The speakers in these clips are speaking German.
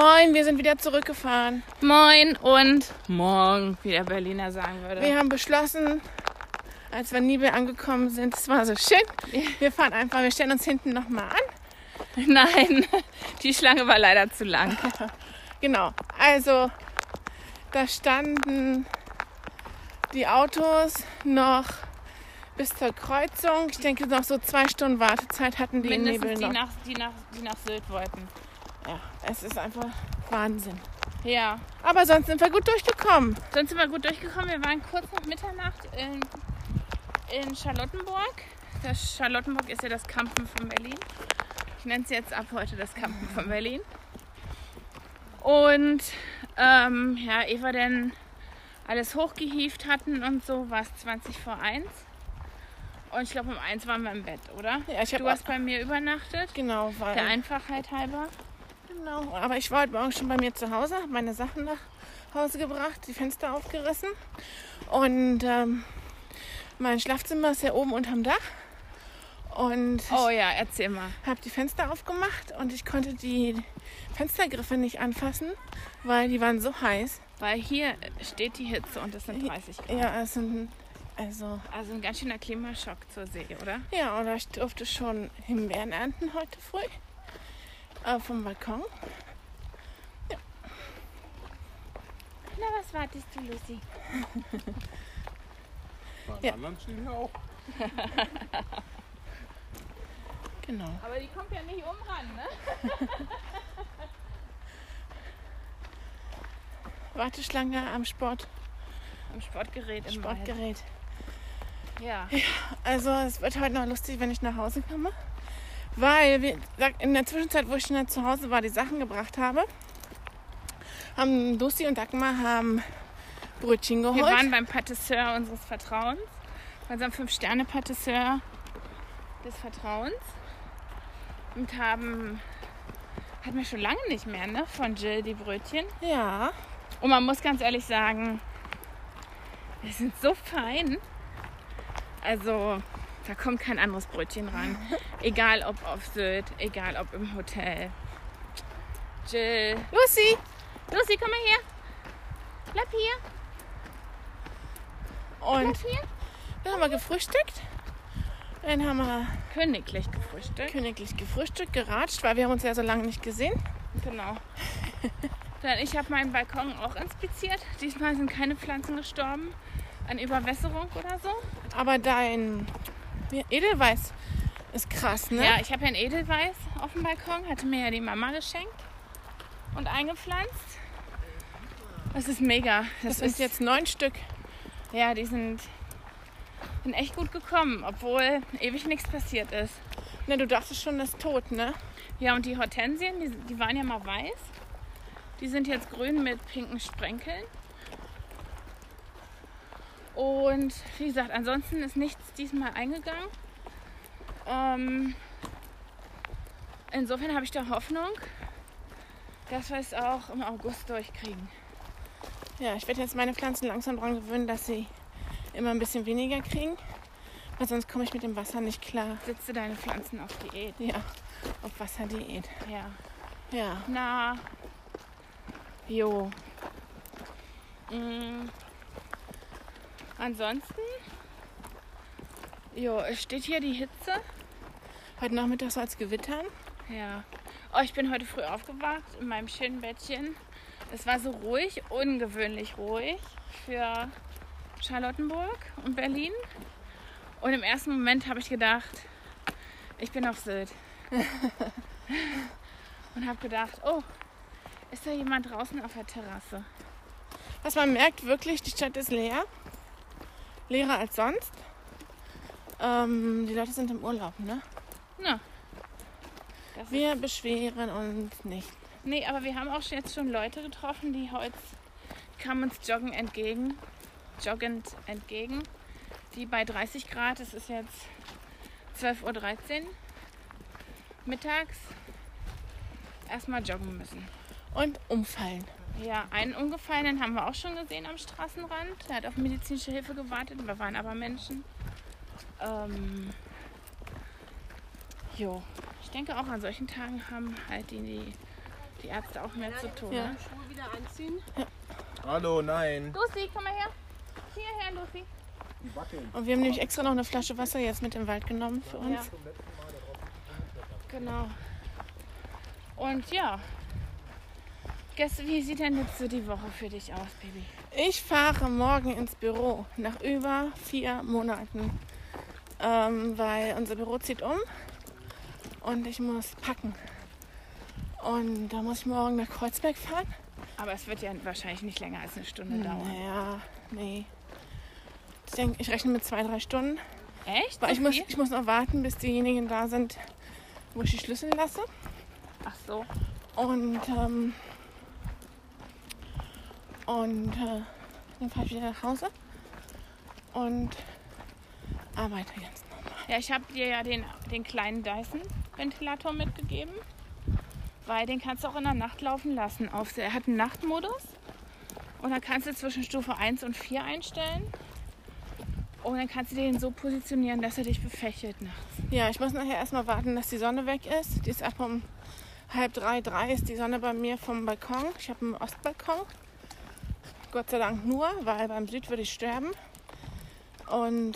Moin, wir sind wieder zurückgefahren. Moin und morgen, wie der Berliner sagen würde. Wir haben beschlossen, als wir in Nibel angekommen sind, es war so schön, wir fahren einfach, wir stellen uns hinten nochmal an. Nein, die Schlange war leider zu lang. Genau, also da standen die Autos noch bis zur Kreuzung. Ich denke, noch so 2 Stunden Wartezeit hatten die in Nibel noch. Die nach Sylt wollten. Ja, es ist einfach Wahnsinn. Ja. Aber sonst sind wir gut durchgekommen. Wir waren kurz nach Mitternacht in Charlottenburg. Das Charlottenburg ist ja das Kampen von Berlin. Ich nenne es jetzt ab heute das Kampen von Berlin. Und ehe wir dann alles hochgehievt hatten und so, war es 20 vor 1. Und ich glaube, um 1 waren wir im Bett, oder? Ja, du hast bei mir übernachtet. Genau, weil... Der Einfachheit halber. Genau, aber ich war heute Morgen schon bei mir zu Hause, habe meine Sachen nach Hause gebracht, die Fenster aufgerissen. Und mein Schlafzimmer ist ja oben unterm Dach. Und oh ja, erzähl mal. Habe die Fenster aufgemacht und ich konnte die Fenstergriffe nicht anfassen, weil die waren so heiß. Weil hier steht die Hitze und es sind 30 Grad. Ja, es sind also ein ganz schöner Klimaschock zur See, oder? Ja, oder ich durfte schon Himbeeren ernten heute früh vom Balkon. Ja. Na, was wartest du, Lucy? Ja. Anderen stehen hier auch. Genau. Aber die kommt ja nicht oben ran, ne? Warteschlange am Sportgerät. Im Sportgerät. Ja. Also es wird heute noch lustig, wenn ich nach Hause komme. Weil in der Zwischenzeit, wo ich schnell zu Hause war, die Sachen gebracht habe, haben Lucy und Dagmar Brötchen geholt. Wir waren beim Patisseur unseres Vertrauens. Bei unserem 5-Sterne-Patisseur des Vertrauens. Und hatten wir schon lange nicht mehr, ne? Von Jill die Brötchen. Ja. Und man muss ganz ehrlich sagen, die sind so fein. Also, da kommt kein anderes Brötchen ran. Egal ob auf Sylt, egal ob im Hotel. Jill. Lucy, komm mal her. Bleib hier. Und dann haben wir gefrühstückt. Dann haben wir königlich gefrühstückt, geratscht, weil wir haben uns ja so lange nicht gesehen. Genau. Dann ich habe meinen Balkon auch inspiziert. Diesmal sind keine Pflanzen gestorben an Überwässerung oder so. Aber dein Edelweiß ist krass, ne? Ja, ich habe ja ein Edelweiß auf dem Balkon. Hatte mir ja die Mama geschenkt und eingepflanzt. Das ist mega. Das ist jetzt 9 Stück. Ja, die sind echt gut gekommen, obwohl ewig nichts passiert ist. Ne, du dachtest schon, das ist tot, ne? Ja, und die Hortensien, die waren ja mal weiß. Die sind jetzt grün mit pinken Sprenkeln. Und wie gesagt, ansonsten ist nichts diesmal eingegangen. Insofern habe ich da Hoffnung, dass wir es auch im August durchkriegen. Ja, ich werde jetzt meine Pflanzen langsam daran gewöhnen, dass sie immer ein bisschen weniger kriegen. Weil sonst komme ich mit dem Wasser nicht klar. Setze deine Pflanzen auf Diät. Ja, auf Wasserdiät. Ja. Ja. Na, jo. Ansonsten, es steht hier die Hitze. Heute Nachmittag soll es gewittern. Ja. Oh, ich bin heute früh aufgewacht in meinem schönen Bettchen. Es war so ruhig, ungewöhnlich ruhig für Charlottenburg und Berlin. Und im ersten Moment habe ich gedacht, ich bin auf Sylt. Und habe gedacht, oh, ist da jemand draußen auf der Terrasse? Was man merkt wirklich, die Stadt ist leer. Leerer als sonst. Die Leute sind im Urlaub, ne? Ja. Wir beschweren uns nicht. Nee, aber wir haben auch jetzt schon Leute getroffen, die heute kamen uns joggend entgegen, die bei 30 Grad, es ist jetzt 12:13 Uhr mittags, erstmal joggen müssen. Und umfallen. Ja, einen Umgefallenen haben wir auch schon gesehen am Straßenrand. Der hat auf medizinische Hilfe gewartet, wir waren aber Menschen. Ich denke auch, an solchen Tagen haben halt die die Ärzte auch mehr zu tun. Ja. Ne? Schuhe wieder anziehen. Hallo, nein. Lucy, komm mal her. Hierher, Lucy. Die wackeln. Und wir haben nämlich extra noch eine Flasche Wasser jetzt mit im Wald genommen für uns. Ja. Genau. Und ja. Wie sieht denn jetzt so die Woche für dich aus, Baby? Ich fahre morgen ins Büro nach über 4 Monaten, weil unser Büro zieht um und ich muss packen. Und da muss ich morgen nach Kreuzberg fahren. Aber es wird ja wahrscheinlich nicht länger als eine Stunde dauern. Naja, nee. Ich denke, ich rechne mit 2-3 Stunden. Echt? Weil So viel? ich muss noch warten, bis diejenigen da sind, wo ich die Schlüssel lasse. Ach so. Und dann fahre ich wieder nach Hause und arbeite ganz normal. Ja, ich habe dir ja den kleinen Dyson-Ventilator mitgegeben, weil den kannst du auch in der Nacht laufen lassen. Er hat einen Nachtmodus und dann kannst du zwischen Stufe 1 und 4 einstellen. Und dann kannst du den so positionieren, dass er dich befächelt nachts. Ja, ich muss nachher erstmal warten, dass die Sonne weg ist. Die ist ab um 2:30 ist die Sonne bei mir vom Balkon. Ich habe einen Ostbalkon. Gott sei Dank nur, weil beim Süd würde ich sterben. Und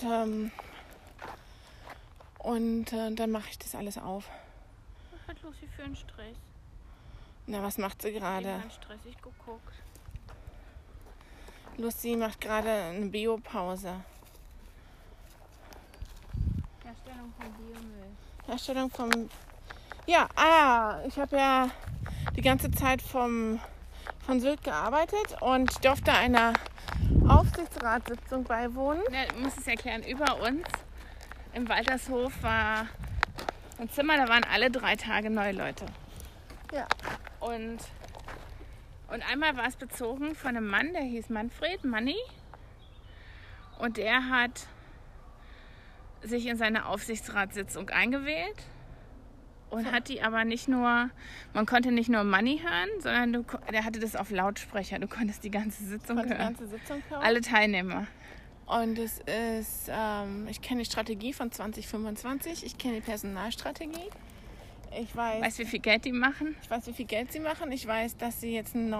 dann mache ich das alles auf. Was hat Lucy für einen Stress? Na, was macht sie Die gerade? hat stressig geguckt. Lucy macht gerade eine Biopause. Herstellung von Biomüll. Herstellung vom... Ja, ich habe ja die ganze Zeit von Sylt gearbeitet und durfte einer Aufsichtsratssitzung beiwohnen. Ja, du musst es erklären, über uns im Waltershof war ein Zimmer, da waren alle 3 Tage neue Leute. Ja. Und einmal war es bezogen von einem Mann, der hieß Manni. Und der hat sich in seine Aufsichtsratssitzung eingewählt und hat die aber nicht nur, man konnte nicht nur Manni hören, sondern der hatte das auf Lautsprecher. Du konntest die ganze Sitzung Die hören. ganze Sitzung hören. Alle Teilnehmer. Und es ist, ich kenne die Strategie von 2025, ich kenne die Personalstrategie. Ich weiß, Weißt du, wie viel Geld die machen? wie viel Geld sie machen. Ich weiß, dass sie jetzt eine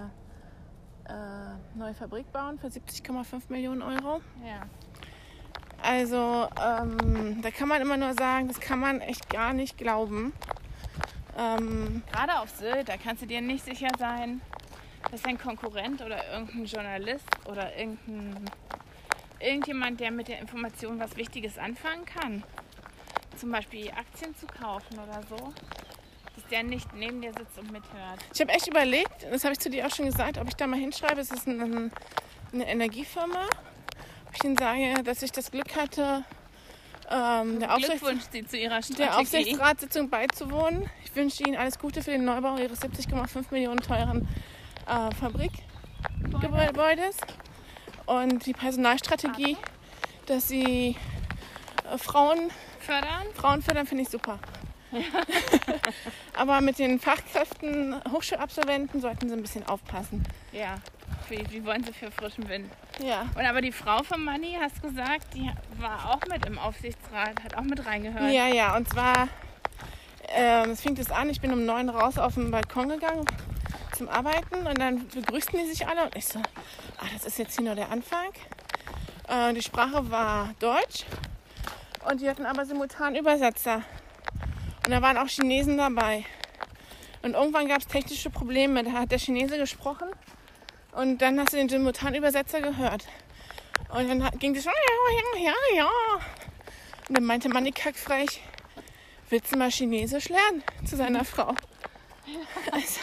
neue Fabrik bauen für 70,5 Millionen Euro. Ja. Also, da kann man immer nur sagen, das kann man echt gar nicht glauben. Gerade auf Sylt, da kannst du dir nicht sicher sein, dass ein Konkurrent oder irgendein Journalist oder irgendjemand, der mit der Information was Wichtiges anfangen kann, zum Beispiel Aktien zu kaufen oder so, dass der nicht neben dir sitzt und mithört. Ich habe echt überlegt, das habe ich zu dir auch schon gesagt, ob ich da mal hinschreibe, es ist eine Energiefirma. Ob ich ihnen sage, dass ich das Glück hatte, der Glückwunsch Sie zu Ihrer der Strategie. Aufsichtsratssitzung beizuwohnen. Ich wünsche Ihnen alles Gute für den Neubau Ihres 70,5 Millionen teuren Fabrikgebäudes. Und die Personalstrategie, dass Sie Frauen fördern, finde ich super. Ja. Aber mit den Fachkräften, Hochschulabsolventen sollten Sie ein bisschen aufpassen. Ja, wie wollen Sie für frischen Wind? Ja. Und aber die Frau von Manni, hast du gesagt, die war auch mit im Aufsichtsrat, hat auch mit reingehört. Ja, und zwar, es fing das an, ich bin um 9 raus auf den Balkon gegangen zum Arbeiten und dann begrüßten die sich alle und ich so, das ist jetzt hier nur der Anfang. Die Sprache war Deutsch und die hatten aber simultan Übersetzer. Und da waren auch Chinesen dabei. Und irgendwann gab es technische Probleme, da hat der Chinese gesprochen und dann hast du den Simultanübersetzer gehört. Und dann ging das schon, ja. Und dann meinte Manni kackfrech, willst du mal Chinesisch lernen? Zu seiner Frau. Also,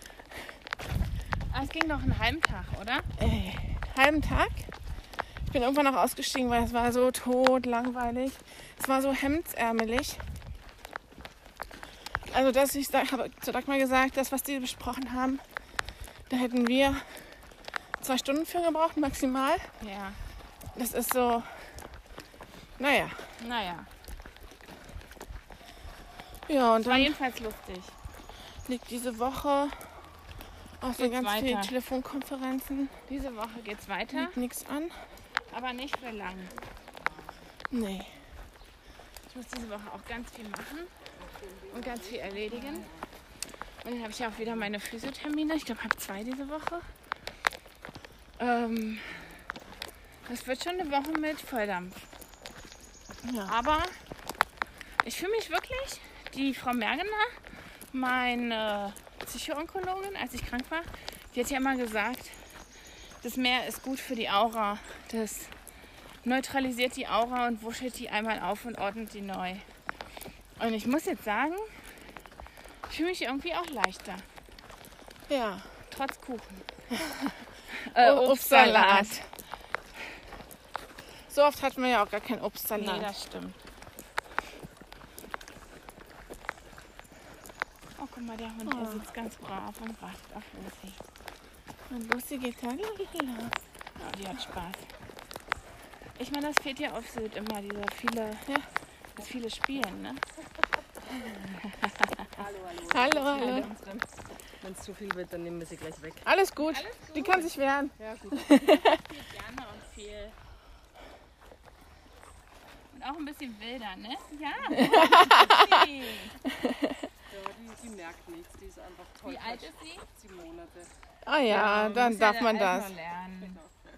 Es ging noch einen halben Tag, oder? halben Tag. Ich bin irgendwann noch ausgestiegen, weil es war so totlangweilig. Es war so hemdsärmelig. Also, dass ich habe zu Dagmar gesagt, das, was die besprochen haben, da hätten wir 2 Stunden für gebraucht, maximal. Ja. Das ist so, naja. Ja, und War dann jedenfalls lustig. liegt diese Woche aus den Geht's ganz vielen weiter? Telefonkonferenzen Diese Woche geht's weiter, liegt nichts an. aber nicht für lang. Nee. Ich muss diese Woche auch ganz viel machen und ganz viel erledigen. Und dann habe ich ja auch wieder meine Physiothermine. Ich glaube, ich habe 2 diese Woche. Das wird schon eine Woche mit Volldampf. Ja. Aber ich fühle mich wirklich, die Frau Mergener, meine Psychoonkologin, als ich krank war, die hat ja immer gesagt, das Meer ist gut für die Aura. Das neutralisiert die Aura und wuschelt die einmal auf und ordnet die neu. Und ich muss jetzt sagen, ich fühle mich irgendwie auch leichter. Ja. Trotz Kuchen. Obstsalat. So oft hat man ja auch gar keinen Obstsalat. Nee, das stimmt. Oh, guck mal, der Hund, der sitzt ganz brav und wartet auf Lucy. Und Lucy geht da. Oh, die hat Spaß. Ich meine, das fehlt ja auf Sylt immer, das viele Spielen, ne? Hallo. Wenn es zu viel wird, dann nehmen wir sie gleich weg. Alles gut. Die kann sich wehren. Ja, gut. Viel gerne und viel. Und auch ein bisschen wilder, ne? Ja. Lucy. Ja, die merkt nichts. Die ist einfach toll. Wie alt ist sie? 7 Monate. Ah ja, dann Muss darf ja man der das. Alter lernen.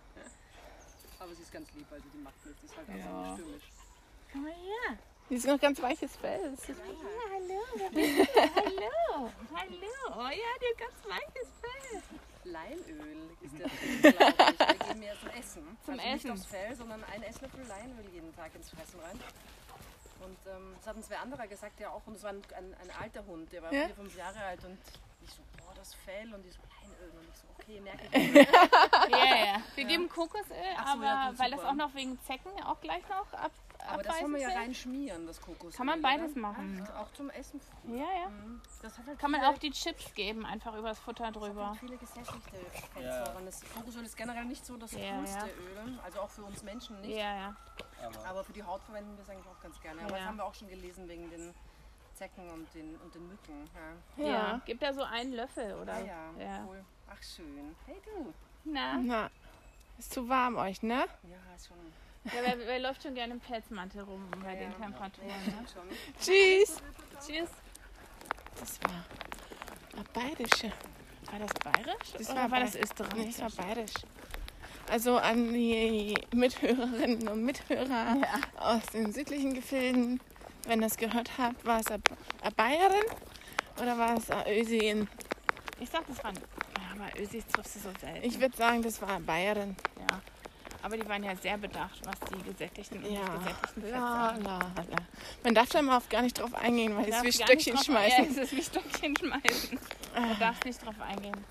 Aber sie ist ganz lieb, also die macht nichts. Die ist halt Ja. einfach nicht stürmisch. Komm mal her. Die ist noch ganz weiches Fell. Das ist Ja, hallo. Wer bist du? Hallo. Hallo. Oh ja, die hat ganz weiches Fell. Leinöl ist der Trick, glaube ich. Wir geben mehr zum Essen. Zum also Essen. Nicht aufs Fell, sondern ein Esslöffel Leinöl jeden Tag ins Fressen rein. Und das hatten 2 andere gesagt ja auch. Und es war ein alter Hund, der war Ja? 4, 5 Jahre alt. Und ich so, boah, das Fell. Und die so, Leinöl. Und ich so, okay, merke ich mir. Ja. Wir geben Kokosöl, Ach so, aber ja, gut, weil das super. auch noch wegen Zecken auch gleich noch Aber das kann man ja abweisend reinschmieren, das Kokosöl. Kann man beides machen. Ach, auch zum Essen. ist. Ja. Das hat halt Kann man viele- auch die Chips geben, einfach übers Futter drüber. viele gesättigte Fettsäuren. Das Kokosöl ist generell nicht so das Ja, coolste ja. Öl, also auch für uns Menschen nicht. Ja. Aber für die Haut verwenden wir es eigentlich auch ganz gerne. Aber Ja. das haben wir auch schon gelesen wegen den Zecken und den Mücken. Ja. Ja. Gib da so einen Löffel, oder? Ja, cool. Ach schön. Hey du. Na? Na, ist zu warm euch, ne? Ja, ist schon. Ja, wer läuft schon gerne im Pelzmantel rum bei den Temperaturen, ne? schon. Tschüss. Tschüss. Das war bayerische. War das bayerisch Das oder war das Nee, österreichisch? das war bayerisch. Also an die Mithörerinnen und Mithörer aus den südlichen Gefilden, wenn ihr das gehört habt, war es eine Bayerin oder war es eine Ösin? Ich sag, das waren... Ja, aber Ösis triffst du so selten. Ich würde sagen, das war eine Bayerin. Ja. Aber die waren ja sehr bedacht, was die gesättigten und nicht Ja, gesättigten la, Fettsäuren. la, la. Man darf da mal auf gar nicht drauf eingehen, weil es Darfst wie gar nicht Stöckchen drauf- schmeißen. Ja, es ist wie Stöckchen schmeißen. Du darfst nicht drauf eingehen.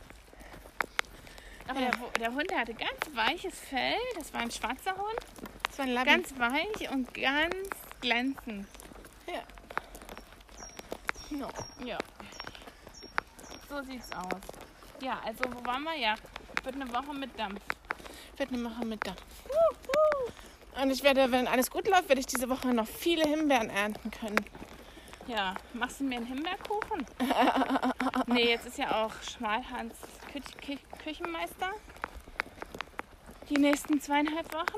Aber der Hund, der hatte ganz weiches Fell. Das war ein schwarzer Hund. Das war ein Labby. Ganz weich und ganz glänzend. No. Ja. So sieht's aus. Ja, also wo waren wir? Ja, wird eine Woche mit Dampf. Wird eine Woche mit Dampf. Und ich werde, wenn alles gut läuft, werde ich diese Woche noch viele Himbeeren ernten können. Ja, machst du mir einen Himbeerkuchen? Nee, jetzt ist ja auch Schmalhans Küchenmeister. Die nächsten 2,5 Wochen.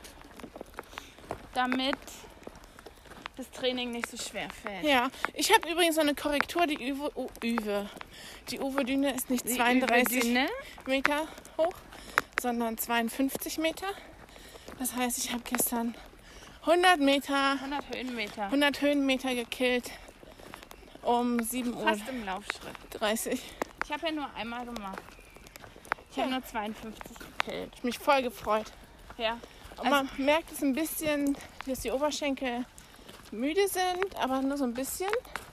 Damit das Training nicht so schwer fällt. Ja, ich habe übrigens so eine Korrektur, die Uwe-Düne ist nicht 32 Übedüne. Meter hoch, sondern 52 Meter. Das heißt, ich habe gestern 100 Höhenmeter. 100 Höhenmeter gekillt um 7:30 Fast im Laufschritt. Uhr. Ich habe ja nur einmal gemacht. Ich habe nur 52 gekillt. Ich mich voll gefreut. Ja. Und man merkt es ein bisschen, dass die Oberschenkel müde sind, aber nur so ein bisschen.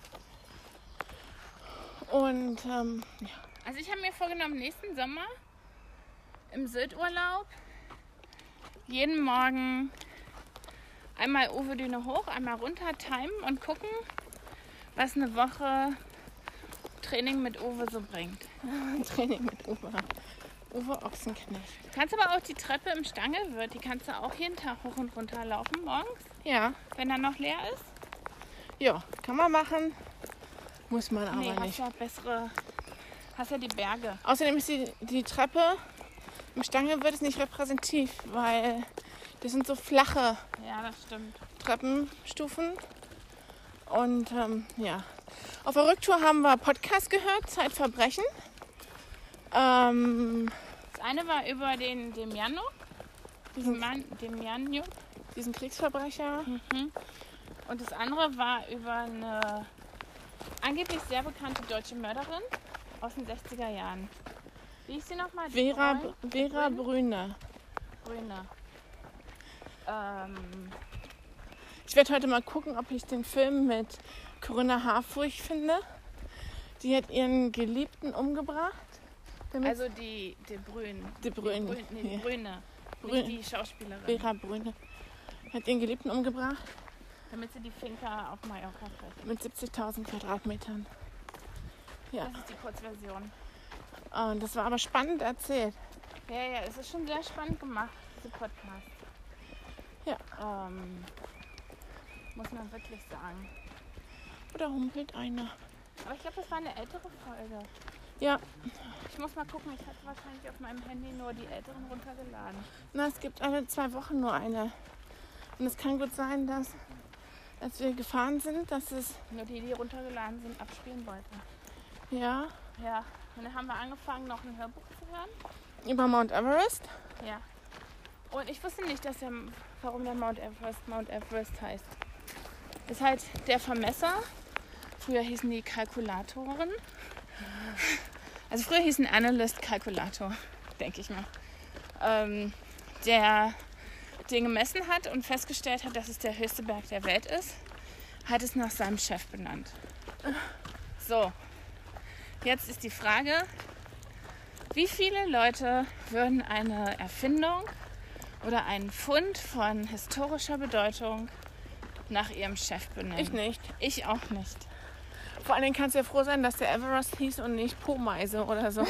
Und ja. Also ich habe mir vorgenommen, nächsten Sommer im Sylt-Urlaub jeden Morgen einmal Uwe-Düne hoch, einmal runter timen und gucken, was eine Woche Training mit Uwe so bringt. Training mit Uwe. Uwe Ochsenknecht. Du kannst aber auch die Treppe im Stangelwirt, die kannst du auch jeden Tag hoch und runter laufen morgens, Ja, wenn er noch leer ist. ja, kann man machen. Muss man aber Nee, hast nicht. ja hast ja die Berge. Außerdem ist die Treppe im Stangelwirt ist nicht repräsentativ, weil das sind so flache Ja, das stimmt. Treppenstufen. Und ja, Auf der Rücktour haben wir Podcast gehört, Zeitverbrechen. Das eine war über den Demjanjuk. Diesen Kriegsverbrecher. Und das andere war über eine angeblich sehr bekannte deutsche Mörderin aus den 60er Jahren. Wie ist sie nochmal? Vera Brüner. Ich werde heute mal gucken, ob ich den Film mit Corinna Harfurch finde. Die hat ihren Geliebten umgebracht. Also die Brüne. Nicht die Schauspielerin. Vera Brüner hat ihren Geliebten umgebracht. Damit sie die Finca auf Mallorca kriegt. Mit 70.000 Quadratmetern. Ja. Das ist die Kurzversion. Und das war aber spannend erzählt. Ja, es ist schon sehr spannend gemacht, diese Podcast. Ja. Muss man wirklich sagen. Oder humpelt einer. Aber ich glaube, das war eine ältere Folge. Ja. Ich muss mal gucken, ich hatte wahrscheinlich auf meinem Handy nur die älteren runtergeladen. Na, es gibt alle 2 Wochen nur eine. Und es kann gut sein, dass, als wir gefahren sind, dass es... Nur die runtergeladen sind, abspielen wollte. Ja. Ja. Und dann haben wir angefangen, noch ein Hörbuch zu hören. Über Mount Everest. Ja. Und ich wusste nicht, warum der Mount Everest heißt. Das ist halt der Vermesser. Früher hießen die Kalkulatoren. Also früher hieß ein Analyst Kalkulator, denke ich mal. Der den gemessen hat und festgestellt hat, dass es der höchste Berg der Welt ist, hat es nach seinem Chef benannt. So, jetzt ist die Frage, wie viele Leute würden eine Erfindung oder einen Fund von historischer Bedeutung nach ihrem Chef benennen? Ich nicht. Ich auch nicht. Vor allen Dingen kannst du ja froh sein, dass der Everest hieß und nicht Pomeise oder so.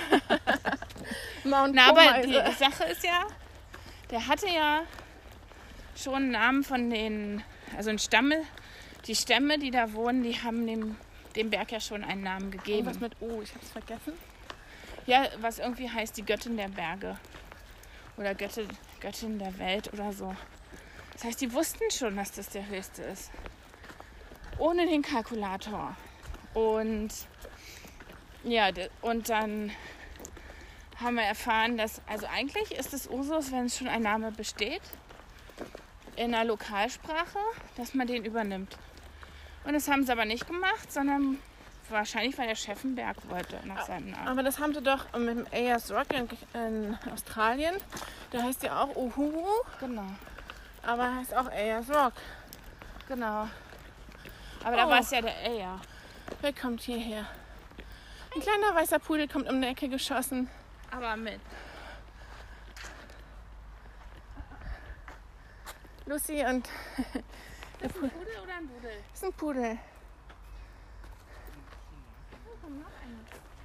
Mount Aber die Sache ist ja, der hatte ja schon einen Namen von den, also die Stämme, die da wohnen, die haben dem Berg ja schon einen Namen gegeben. Was mit O, ich hab's vergessen. Ja, was irgendwie heißt die Göttin der Berge. Oder Göttin der Welt oder so. Das heißt, die wussten schon, dass das der höchste ist. Ohne den Kalkulator. Und ja, und dann haben wir erfahren, dass, also eigentlich ist es Usus, wenn es schon ein Name besteht, in der Lokalsprache, dass man den übernimmt. Und das haben sie aber nicht gemacht, sondern wahrscheinlich, weil der Chef einen Berg wollte nach seinem Namen. Aber das haben sie doch mit dem Ayers Rock in Australien. Der heißt ja auch Uhuru. Genau. Aber heißt auch Ayers Rock. Genau. Aber da war es ja der Ayer. Wer kommt hierher? Ein kleiner weißer Pudel kommt um die Ecke geschossen. Aber mit. Lucy und... Ist das ein Pudel oder ein Budel? Das ist ein Pudel. Oh, komm, noch einer.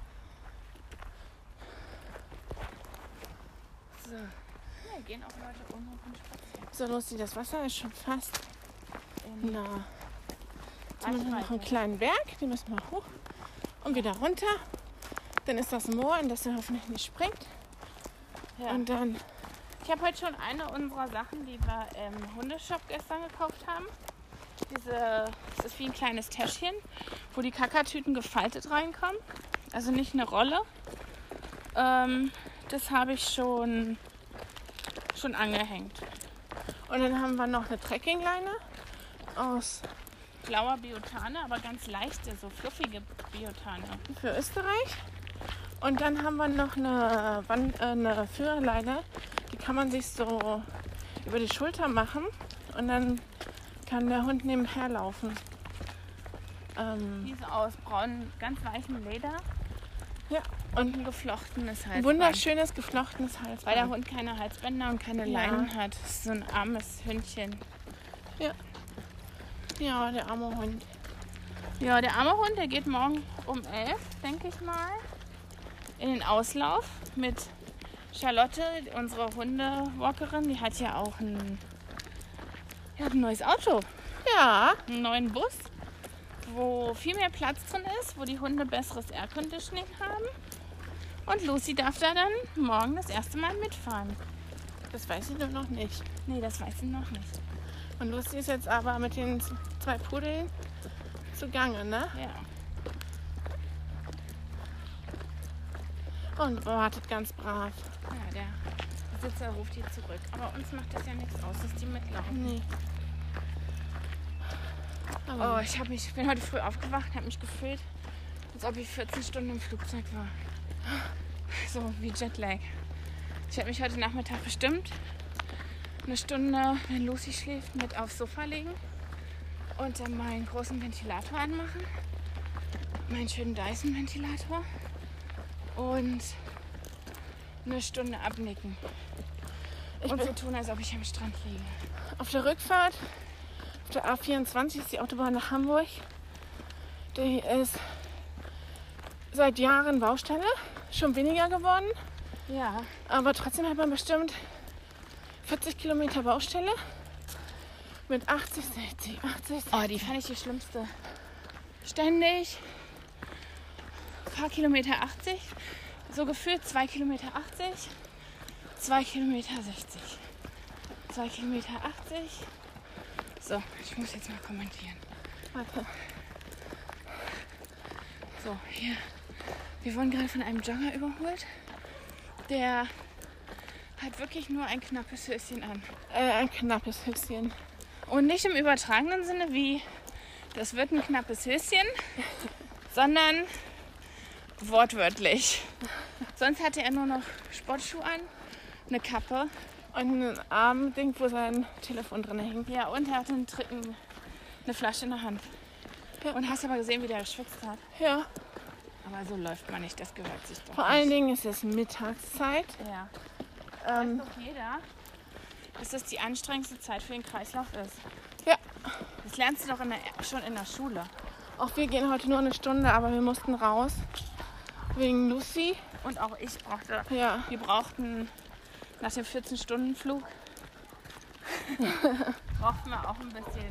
So. Ja, gehen auch Leute um und spazieren. So, Lucy, das Wasser ist schon fast nah. Jetzt haben wir noch einen Reichweite. kleinen Berg, den müssen wir hoch und wieder runter. Dann ist das Moor, in das er hoffentlich nicht springt. Ja. Und dann... Ich habe heute schon eine unserer Sachen, die wir im Hundeshop gestern gekauft haben. Das ist wie ein kleines Täschchen, wo die Kakatüten gefaltet reinkommen. Also nicht eine Rolle. Das habe ich schon angehängt. Und dann haben wir noch eine Trekkingleine aus Blauer Biotane, aber ganz leichte, so fluffige Biotane. für Österreich. Und dann haben wir noch eine Führerleine, die kann man sich so über die Schulter machen und dann kann der Hund nebenher laufen. Diese aus braunem, ganz weichem Leder Ja, und ein geflochtenes Halsband. wunderschönes geflochtenes Halsband. Weil der Hund keine Halsbänder und keine Ja. Leinen hat. Das ist so ein armes Hündchen. Ja, der arme Hund. Ja, der arme Hund, der geht morgen um 11, denke ich mal, in den Auslauf mit Charlotte, unsere Hundewalkerin. Die hat ja auch ein neues Auto, Ja, einen neuen Bus, wo viel mehr Platz drin ist, wo die Hunde besseres Airconditioning haben. Und Lucy darf da dann morgen das erste Mal mitfahren. das weiß ich nur noch nicht. Nee, das weiß sie noch nicht. Und Lucy ist jetzt aber mit den 2 Pudeln zugange, ne? Ja. Und wartet ganz brav. Ja, der Besitzer ruft die zurück. Aber uns macht das ja nichts aus, dass die mitlaufen. Nee. Oh, Aber ich bin heute früh aufgewacht, habe mich gefühlt, als ob ich 14 Stunden im Flugzeug war. So wie Jetlag. Ich werde mich heute Nachmittag bestimmt eine Stunde, wenn Lucy schläft, mit aufs Sofa legen und dann meinen großen Ventilator anmachen. Meinen schönen Dyson-Ventilator. Und eine Stunde abnicken. Und so tun, als ob ich am Strand liege. auf der Rückfahrt, auf der A24 ist die Autobahn nach Hamburg. Die ist seit Jahren Baustelle, schon weniger geworden. Ja. Aber trotzdem hat man bestimmt 40 Kilometer Baustelle mit 80, 60, 80. Oh, die fand ich die schlimmste. Ständig ein paar Kilometer 80, so gefühlt 2 Kilometer 80, 2 Kilometer 60, 2 Kilometer 80. So, ich muss jetzt mal kommentieren. Warte. So, hier. Wir wurden gerade von einem Jogger überholt. Der hat wirklich nur ein knappes Höschen an. Ein knappes Höschen. Und nicht im übertragenen Sinne wie, das wird ein knappes Höschen, sondern wortwörtlich. Sonst hatte er nur noch Sportschuhe an, eine Kappe. Und ein Armding, wo sein Telefon drin hängt. Ja, und er hatte eine Flasche in der Hand. Ja. Und hast aber gesehen, wie der geschwitzt hat. Ja. Aber so läuft man nicht, das gehört sich doch Vor allen Dingen ist es Mittagszeit. Ja. Ähm, Weiß doch jeder, dass das die anstrengendste Zeit für den Kreislauf ist. Ja. Das lernst du doch schon in der Schule. Auch wir gehen heute nur eine Stunde, aber wir mussten raus. Wegen Lucy. Und auch ich brauchte, Ja. wir brauchten nach dem 14-Stunden-Flug brauchten wir auch ein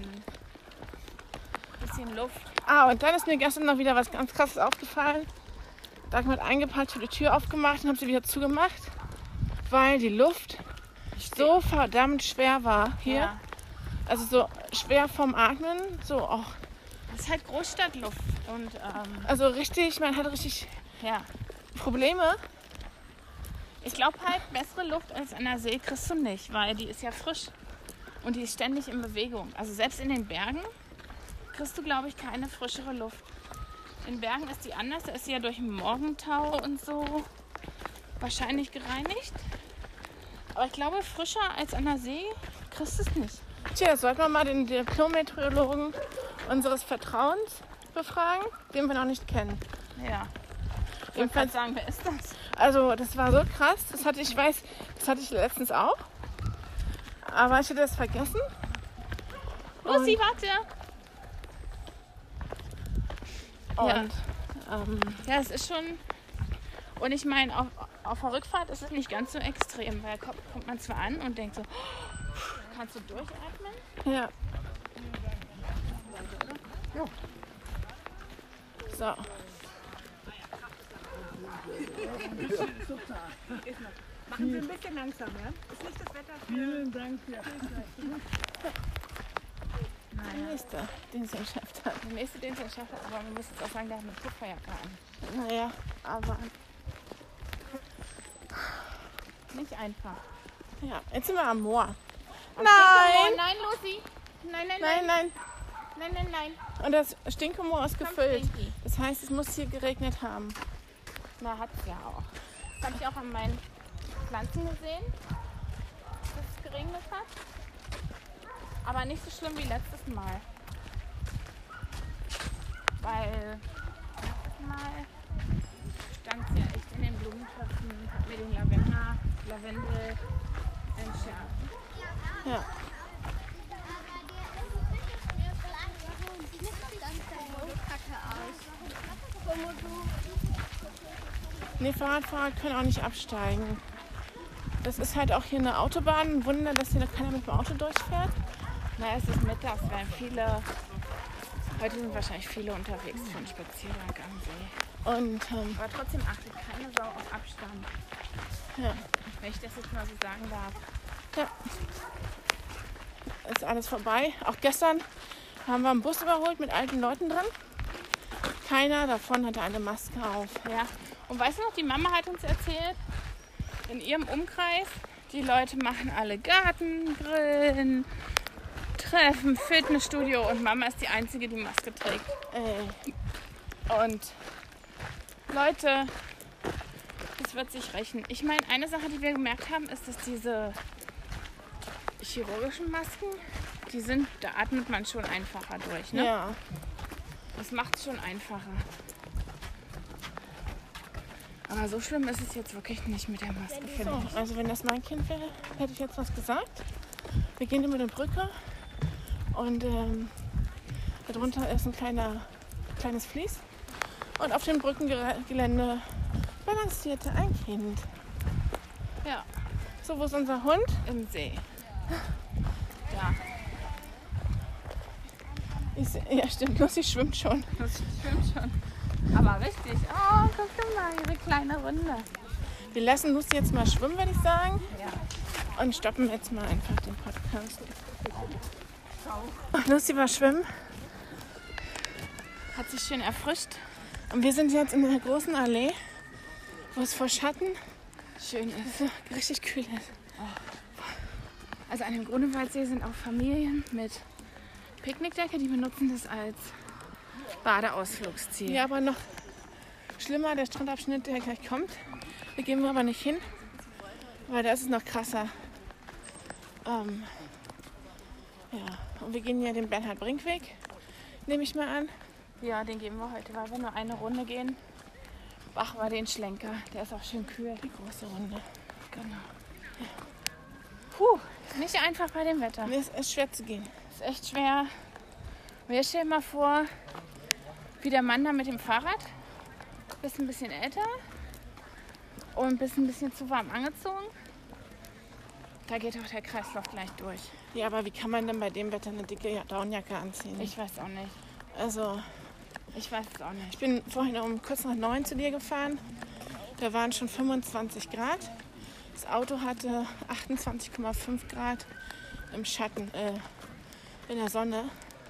bisschen Luft. Ah, und dann ist mir gestern noch wieder was ganz Krasses aufgefallen. Dagmar hat eingepackt, für die Tür aufgemacht und habe sie wieder zugemacht, weil die Luft so verdammt schwer war hier. Ja. Also so schwer vom Atmen, so auch. Das ist halt Großstadtluft. Und Also richtig, man hat richtig ja, Probleme. ich glaube halt, bessere Luft als an der See kriegst du nicht, weil die ist ja frisch. Und die ist ständig in Bewegung. Also selbst in den Bergen kriegst du, glaube ich, keine frischere Luft. In Bergen ist die anders, da ist sie ja durch den Morgentau und so wahrscheinlich gereinigt. Aber ich glaube, frischer als an der See kriegst du es nicht. Tja, das sollten wir mal den Diplom-Meteorologen unseres Vertrauens befragen, den wir noch nicht kennen. Ja. Ich wollte gerade sagen, wer ist das? Also das war so krass, das hatte ich letztens auch. Aber ich hatte das vergessen. Lucy, warte! Und Ja, es ist schon... Und ich meine, auf der Rückfahrt ist es nicht ganz so extrem, weil kommt man zwar an und denkt so, kannst du durchatmen? ja. So. Machen wir ein bisschen langsam, ja? Ist nicht das Wetter für... Vielen Dank. Ja. Der nächste, den sie im Chef hat. Der nächste, den es geschafft hat, aber man muss jetzt auch sagen, der hat eine Pufferjacke an. Naja, aber Nicht einfach. ja, jetzt sind wir am Moor. Oh, Nein! nein, Lucy! Nein, nein, Nein, nein. nein, nein, nein. Und das Stinkemoor ist Komm, gefüllt. Stinky. Das heißt, es muss hier geregnet haben. Na, hat's ja auch. Das habe ich auch an meinen Pflanzen gesehen, dass es geregnet hat. Aber nicht so schlimm wie letztes Mal. Weil letztes Mal stand es ja echt in den Blumentöpfen, hat mir den Lavendel entschärft. Ja. Nee, Fahrradfahrer können auch nicht absteigen. Das ist halt auch hier eine Autobahn. Ein Wunder, dass hier noch keiner mit dem Auto durchfährt. Na, es ist mittags, weil heute sind wahrscheinlich viele unterwegs für einen Spaziergang am See. Und Aber trotzdem achtet keine Sau auf Abstand. ja, Wenn ich das jetzt mal so sagen darf. ist alles vorbei. Auch gestern haben wir einen Bus überholt mit alten Leuten drin. Keiner davon hatte eine Maske auf. Ja. Und weißt du noch, die Mama hat uns erzählt, in ihrem Umkreis, die Leute machen alle Gartengrillen, Treffen, Fitnessstudio und Mama ist die Einzige, die Maske trägt. Und Leute, das wird sich rächen. Ich meine, eine Sache, die wir gemerkt haben, ist, dass diese chirurgischen Masken, da atmet man schon einfacher durch. Ne? Ja. Das macht es schon einfacher. Aber so schlimm ist es jetzt wirklich nicht mit der Maske, finde ich. Also wenn das mein Kind wäre, hätte ich jetzt was gesagt. Wir gehen über eine Brücke und darunter ist ein kleines Vlies. Und auf dem Brückengelände balancierte ein Kind. Ja, So, wo ist unser Hund? im See. Ja, Ja, stimmt, Lucy schwimmt schon. das stimmt schon. Aber richtig. Oh, guck doch mal, ihre kleine Runde. Wir lassen Lucy jetzt mal schwimmen, würde ich sagen. Ja. Und stoppen jetzt mal einfach den Podcast. Lucy war schwimmen. Hat sich schön erfrischt. Und wir sind jetzt in der großen Allee, wo es vor Schatten Schön ist. so richtig kühl ist. Also an dem Grunewaldsee sind auch Familien mit Picknickdecke, die benutzen das als Badeausflugsziel. Ja, aber noch schlimmer, der Strandabschnitt, der gleich kommt. Da gehen wir aber nicht hin, weil da ist es noch krasser. Ja, und wir gehen ja den Bernhard-Brink-Weg, nehme ich mal an. Ja, den gehen wir heute, weil wir nur eine Runde gehen. Machen wir den Schlenker, der ist auch schön kühl. Die große Runde. Genau. Puh, nicht einfach bei dem Wetter. Mir ist es schwer zu gehen. Ist echt schwer. Wir stellen mal vor, wie der Mann da mit dem Fahrrad. Bist ein bisschen älter und bist ein bisschen zu warm angezogen. Da geht auch der Kreislauf gleich durch. Ja, aber wie kann man denn bei dem Wetter eine dicke Daunenjacke anziehen? Ich weiß auch nicht. Also, Ich weiß es auch nicht. ich bin vorhin um kurz nach 9 zu dir gefahren. Da waren schon 25 Grad. Das Auto hatte 28,5 Grad im Schatten, in der Sonne.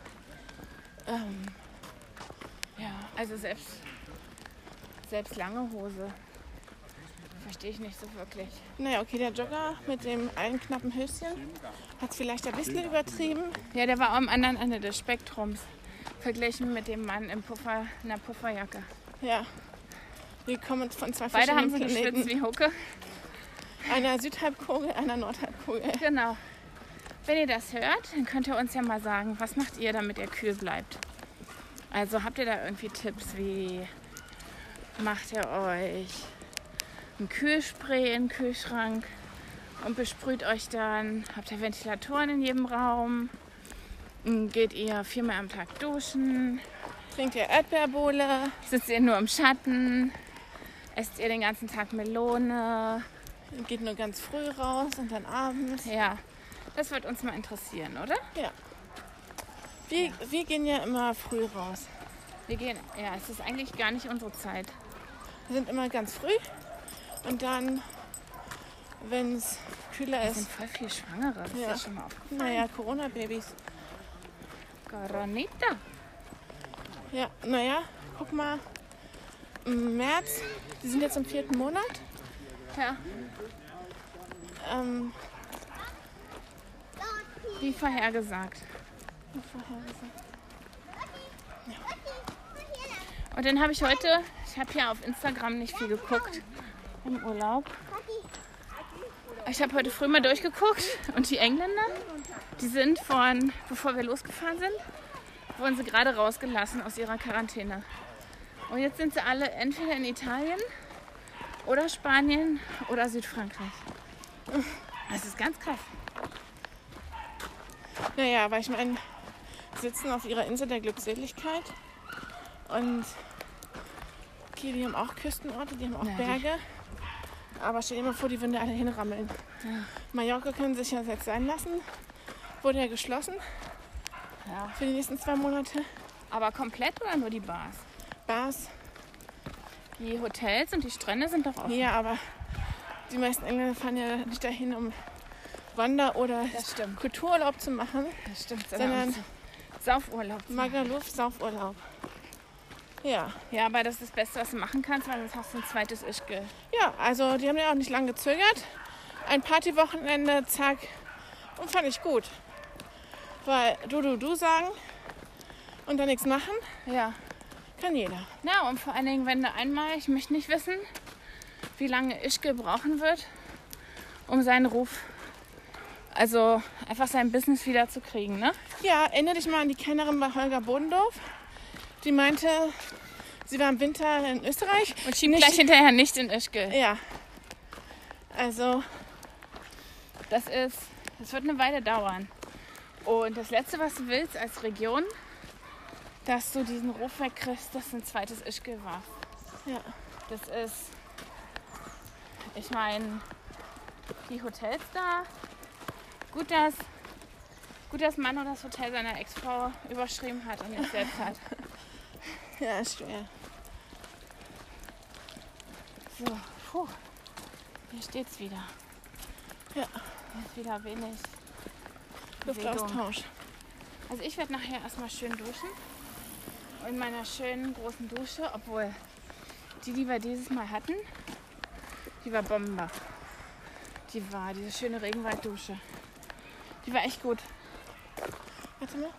Ja, also selbst lange Hose verstehe ich nicht so wirklich. Naja, okay, der Jogger mit dem einen knappen Höschen hat es vielleicht ein bisschen übertrieben. Ja, der war am anderen Ende des Spektrums. Verglichen mit dem Mann in einer Pufferjacke. Ja, wir kommen von zwei Beide haben verschiedenen sie geschwitzt Planeten. wie Hucke. Einer Südhalbkugel, einer Nordhalbkugel. Genau. Wenn ihr das hört, dann könnt ihr uns ja mal sagen, was macht ihr, damit ihr kühl bleibt? Also habt ihr da irgendwie Tipps, wie macht ihr euch ein Kühlspray in den Kühlschrank und besprüht euch dann? Habt ihr Ventilatoren in jedem Raum? Geht ihr 4-mal am Tag duschen? Trinkt ihr Erdbeerbohle? Sitzt ihr nur im Schatten? Esst ihr den ganzen Tag Melone? Geht nur ganz früh raus und dann abends. Ja, das wird uns mal interessieren, oder? Ja. Wir gehen ja immer früh raus. Wir gehen, ja, es ist eigentlich gar nicht unsere Zeit. Wir sind immer ganz früh und dann, wenn es kühler Es sind ist, voll viel Schwangere, das ist Ja. ja schon mal aufgefallen. naja, Corona-Babys. Coronita. Ja, naja, guck mal, im März, die sind jetzt im 4. Monat. Ja, wie vorhergesagt. Und dann habe ich heute, ich habe ja auf Instagram nicht viel geguckt im Urlaub. Ich habe heute früh mal durchgeguckt und die Engländer, die sind bevor wir losgefahren sind, wurden sie gerade rausgelassen aus ihrer Quarantäne. Und jetzt sind sie alle entweder in Italien oder Spanien oder Südfrankreich. Das ist ganz krass. Naja, aber ich meine, die sitzen auf ihrer Insel der Glückseligkeit und okay, die haben auch Küstenorte, die haben auch Ja, Berge. Aber stell dir mal vor, die würden da alle hinrammeln. Ja. Mallorca können sich ja jetzt sein lassen. Wurde ja geschlossen Ja. für die nächsten 2 Monate. Aber komplett oder nur die Bars? Bars. Die Hotels und die Strände sind doch offen. Ja, aber die meisten Engländer fahren ja nicht dahin, um Wander- oder Das stimmt. Kultururlaub zu machen. Das stimmt. Sondern Saufurlaub. Magaluf, Saufurlaub. Ja. Ja, aber das ist das Beste, was du machen kannst, weil sonst hast du ein zweites Ischgl. Ja, also die haben ja auch nicht lange gezögert. Ein Partywochenende, zack. Und fand ich gut. Weil du sagen und dann nichts machen, Ja. kann jeder. Na, und vor allen Dingen, wenn du einmal, ich möchte nicht wissen, wie lange Ischgl brauchen wird, um seinen Ruf, also einfach sein Business wieder zu kriegen, ne? Ja, erinnere dich mal an die Kellnerin bei Holger Bodendorf. Die meinte, sie war im Winter in Österreich. Und schiebt gleich hinterher nicht in Ischgl. Ja. Also, Das wird eine Weile dauern. Und das Letzte, was du willst als Region, dass du diesen Ruf wegkriegst, dass ein zweites Ischgl war. ja. Das ist, ich meine, die Hotels da, gut, dass Mann das Hotel seiner Ex-Frau überschrieben hat und nicht selbst hat. Ja, ist schwer. So, puh, hier steht's wieder. Ja. Hier ist wieder wenig Bewegung. Luftaustausch. Also ich werde nachher erstmal schön duschen. In meiner schönen großen Dusche, obwohl die wir dieses Mal hatten, die war Bombe. Die war diese schöne Regenwalddusche. Die war echt gut. Warte mal.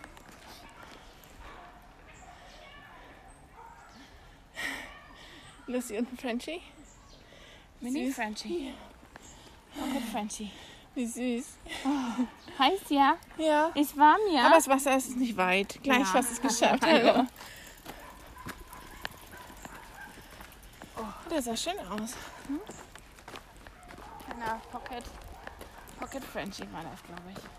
Lucy und Frenchie. Mini Süß. Frenchie. Pocket Frenchie. Wie süß. Heiß ja? Ja. Ist warm ja? Aber das Wasser ist nicht weit. Gleich Ja. fast es geschafft. Hallo. Hallo. Oh, das sah schön aus. Kleiner Pocket Frenchie war das, glaube ich.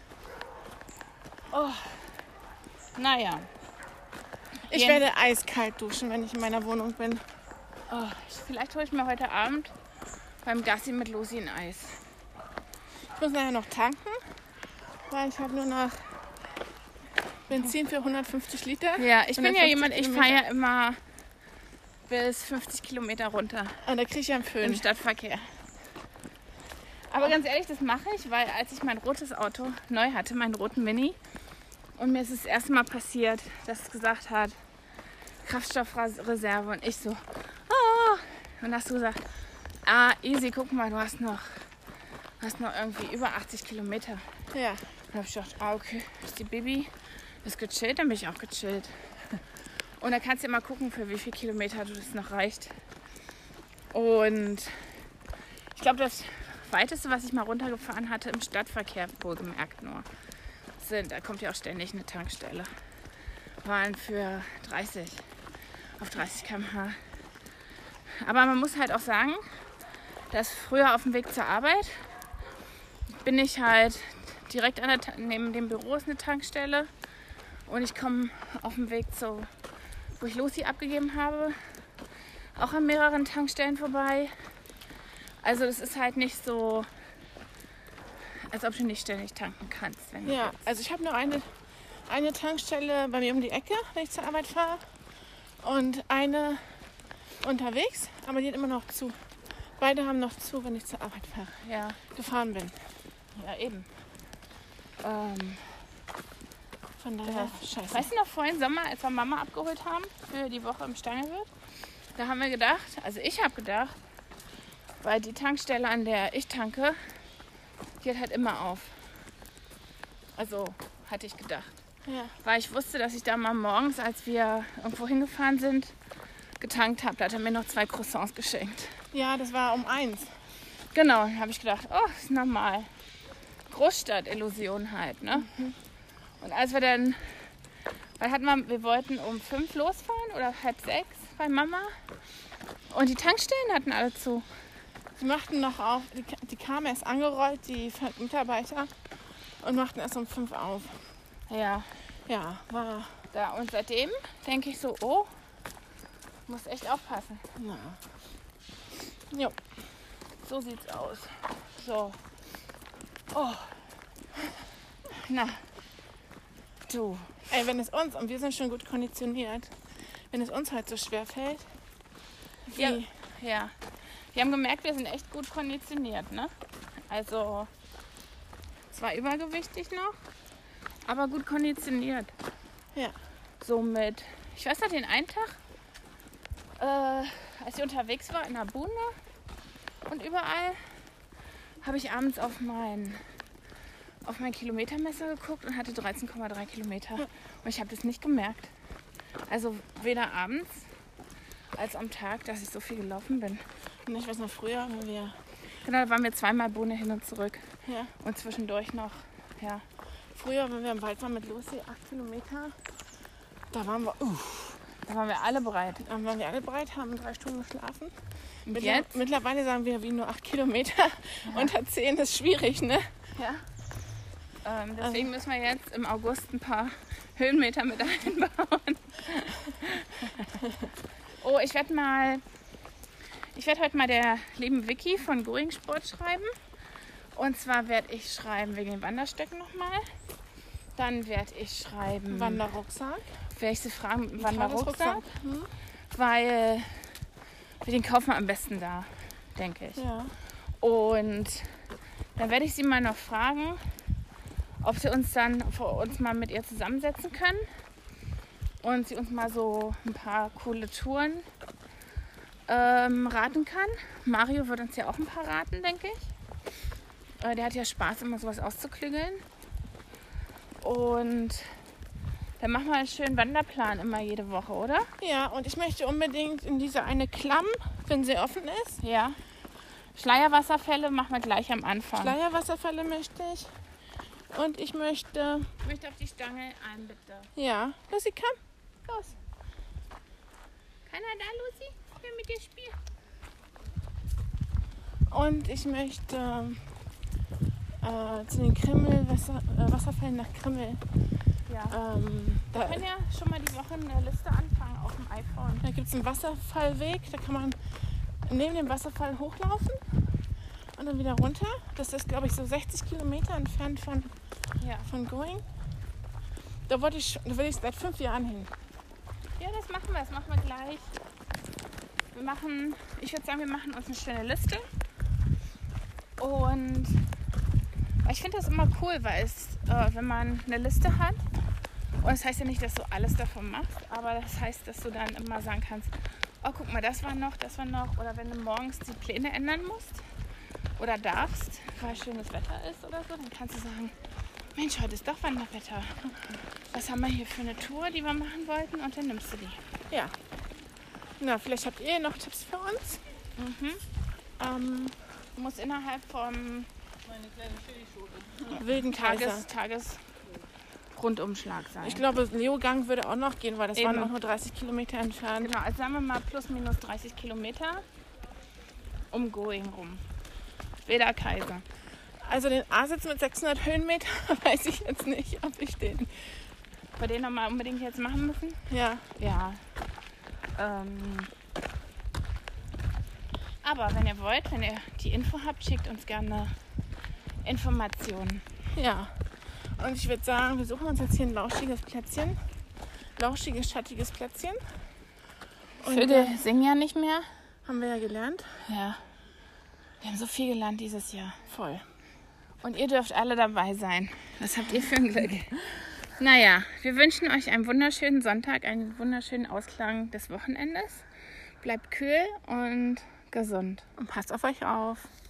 Oh. Naja. Ich Jeden- werde eiskalt duschen, wenn ich in meiner Wohnung bin. Oh, vielleicht hole ich mir heute Abend beim Gassi mit Lucy ein Eis. Ich muss nachher noch tanken, weil ich habe nur noch Benzin für 150 Liter. Ja, ich bin ja 150 jemand, ich Kilometer. fahre ja immer bis 50 Kilometer runter Und da kriege ich ja einen im Föhn. Stadtverkehr. Aber ganz ehrlich, das mache ich, weil als ich mein rotes Auto neu hatte, meinen roten Mini, und mir ist das erste Mal passiert, dass es gesagt hat, Kraftstoffreserve, und ich so, ah. Und hast du gesagt, easy, guck mal, du hast noch irgendwie über 80 Kilometer. Ja. Dann habe ich gedacht, okay, ist die Baby, ist gechillt, dann bin ich auch gechillt. Und dann kannst du immer gucken, für wie viele Kilometer das noch reicht. Und ich glaube, das weiteste, was ich mal runtergefahren hatte im Stadtverkehr, wohlgemerkt nur, da kommt ja auch ständig eine Tankstelle, waren für 30 km/h. Aber man muss halt auch sagen, dass früher auf dem Weg zur Arbeit bin ich halt direkt neben dem Büro ist eine Tankstelle, und ich komme auf dem Weg wo ich Lucy abgegeben habe, auch an mehreren Tankstellen vorbei. Also das ist halt nicht so, als ob du nicht ständig tanken kannst. Wenn du Ja, willst. also ich habe noch eine Tankstelle bei mir um die Ecke, wenn ich zur Arbeit fahre. Und eine unterwegs, aber die hat immer noch zu. Beide haben noch zu, wenn ich zur Arbeit Ja, gefahren bin. ja eben. Von daher, scheiße. Weißt du noch, vorhin Sommer, als wir Mama abgeholt haben für die Woche im Stangewirt, da haben wir gedacht, also ich habe gedacht, weil die Tankstelle, an der ich tanke, die hat halt immer auf. Also hatte ich gedacht. Ja. Weil ich wusste, dass ich da mal morgens, als wir irgendwo hingefahren sind, getankt habe. Da hat er mir noch 2 Croissants geschenkt. Ja, das war um 1. Genau, dann habe ich gedacht, oh, ist normal. Großstadt-Illusion halt, ne? Und als wir dann, wir wollten um 5 losfahren oder 5:30 bei Mama. Und die Tankstellen hatten alle zu. Sie machten noch auf, die kamen erst angerollt, die Mitarbeiter, und machten erst um 5 auf. Ja, Ja, war. da. Und seitdem denke ich so, oh, muss echt aufpassen. Na. Jo. So sieht's aus. So. Oh. Na. Du. Ey, wenn es uns, und wir sind schon gut konditioniert, wenn es uns halt so schwer fällt, wie, Ja. Ja. Wir haben gemerkt, wir sind echt gut konditioniert, ne? Also zwar übergewichtig noch, aber gut konditioniert. Ja. So mit, ich weiß noch, den einen Tag, als ich unterwegs war in der Buhne und überall, habe ich abends auf mein Kilometermesser geguckt und hatte 13,3 Kilometer. Und ich habe das nicht gemerkt. Also weder abends als am Tag, dass ich so viel gelaufen bin. Und ich weiß noch, früher, wenn wir... Genau, da waren wir zweimal Buhne hin und zurück. Ja. Und zwischendurch noch, ja. Früher, wenn wir im Wald waren mit Lucy, 8 Kilometer, da waren wir... Da waren wir alle bereit. Dann waren wir alle bereit, haben 3 Stunden geschlafen. Und jetzt? Mittlerweile sagen wir, wie nur 8 Kilometer. Unter 10 ist schwierig, ne? Ja. Deswegen müssen wir jetzt im August ein paar Höhenmeter mit einbauen. Oh, ich werde heute mal der lieben Vicky von Going Sport schreiben. Und zwar werde ich schreiben wegen den Wanderstöcken nochmal. Dann werde ich schreiben... Wanderrucksack. Werde ich sie fragen mit dem Wanderrucksack. Hm? Weil wir den kaufen wir am besten da, denke ich. Ja. Und dann werde ich sie mal noch fragen, ob wir uns mal mit ihr zusammensetzen können und sie uns mal so ein paar coole Touren raten kann. Mario wird uns ja auch ein paar raten, denke ich. Der hat ja Spaß, immer sowas auszuklügeln. Und dann machen wir einen schönen Wanderplan immer jede Woche, oder? Ja, und ich möchte unbedingt in diese eine Klamm, wenn sie offen ist. Ja. Schleierwasserfälle machen wir gleich am Anfang. Schleierwasserfälle möchte ich. Und ich möchte... Ich möchte auf die Stange ein, bitte. Ja. Lucy, komm. Los. Keiner da, Lucy? Ich will mit dir spielen. Und ich möchte zu den Wasserfällen nach Krimmel. Ja. Da Wir können ja schon mal die Woche eine Liste anfangen auf dem iPhone. gibt es einen Wasserfallweg. Da kann man neben dem Wasserfall hochlaufen und dann wieder runter. Das ist, glaube ich, so 60 Kilometer entfernt von Going. Da will ich seit 5 Jahren hin. Ja, das machen wir gleich. Ich würde sagen, wir machen uns eine schöne Liste. Und ich finde das immer cool, weil wenn man eine Liste hat, und das heißt ja nicht, dass du alles davon machst, aber das heißt, dass du dann immer sagen kannst, oh, guck mal, das war noch. Oder wenn du morgens die Pläne ändern musst oder darfst, weil schönes Wetter ist oder so, dann kannst du sagen, Mensch, heute ist doch Wanderwetter. Was haben wir hier für eine Tour, die wir machen wollten? Und dann nimmst du die. Ja. Na, vielleicht habt ihr noch Tipps für uns. Du musst innerhalb vom Wilden Kaiser. Tagesrundumschlag sein. Ich glaube, Leogang würde auch noch gehen, weil das Eben. waren auch nur 30 Kilometer entfernt. Genau, also sagen wir mal plus minus 30 Kilometer um Going rum. Wilder Kaiser. Also den A-Sitz mit 600 Höhenmeter weiß ich jetzt nicht, ob ich den... Bei denen nochmal unbedingt jetzt machen müssen? Ja. Ja. Aber wenn ihr wollt, wenn ihr die Info habt, schickt uns gerne Informationen. Ja. Und ich würde sagen, wir suchen uns jetzt hier ein lauschiges Plätzchen. Lauschiges, schattiges Plätzchen. Und Vögel singen ja nicht mehr. haben wir ja gelernt. Ja. Wir haben so viel gelernt dieses Jahr. Voll. Und ihr dürft alle dabei sein. Was habt ihr für ein Glück? Naja, wir wünschen euch einen wunderschönen Sonntag, einen wunderschönen Ausklang des Wochenendes. Bleibt kühl und gesund. Und passt auf euch auf.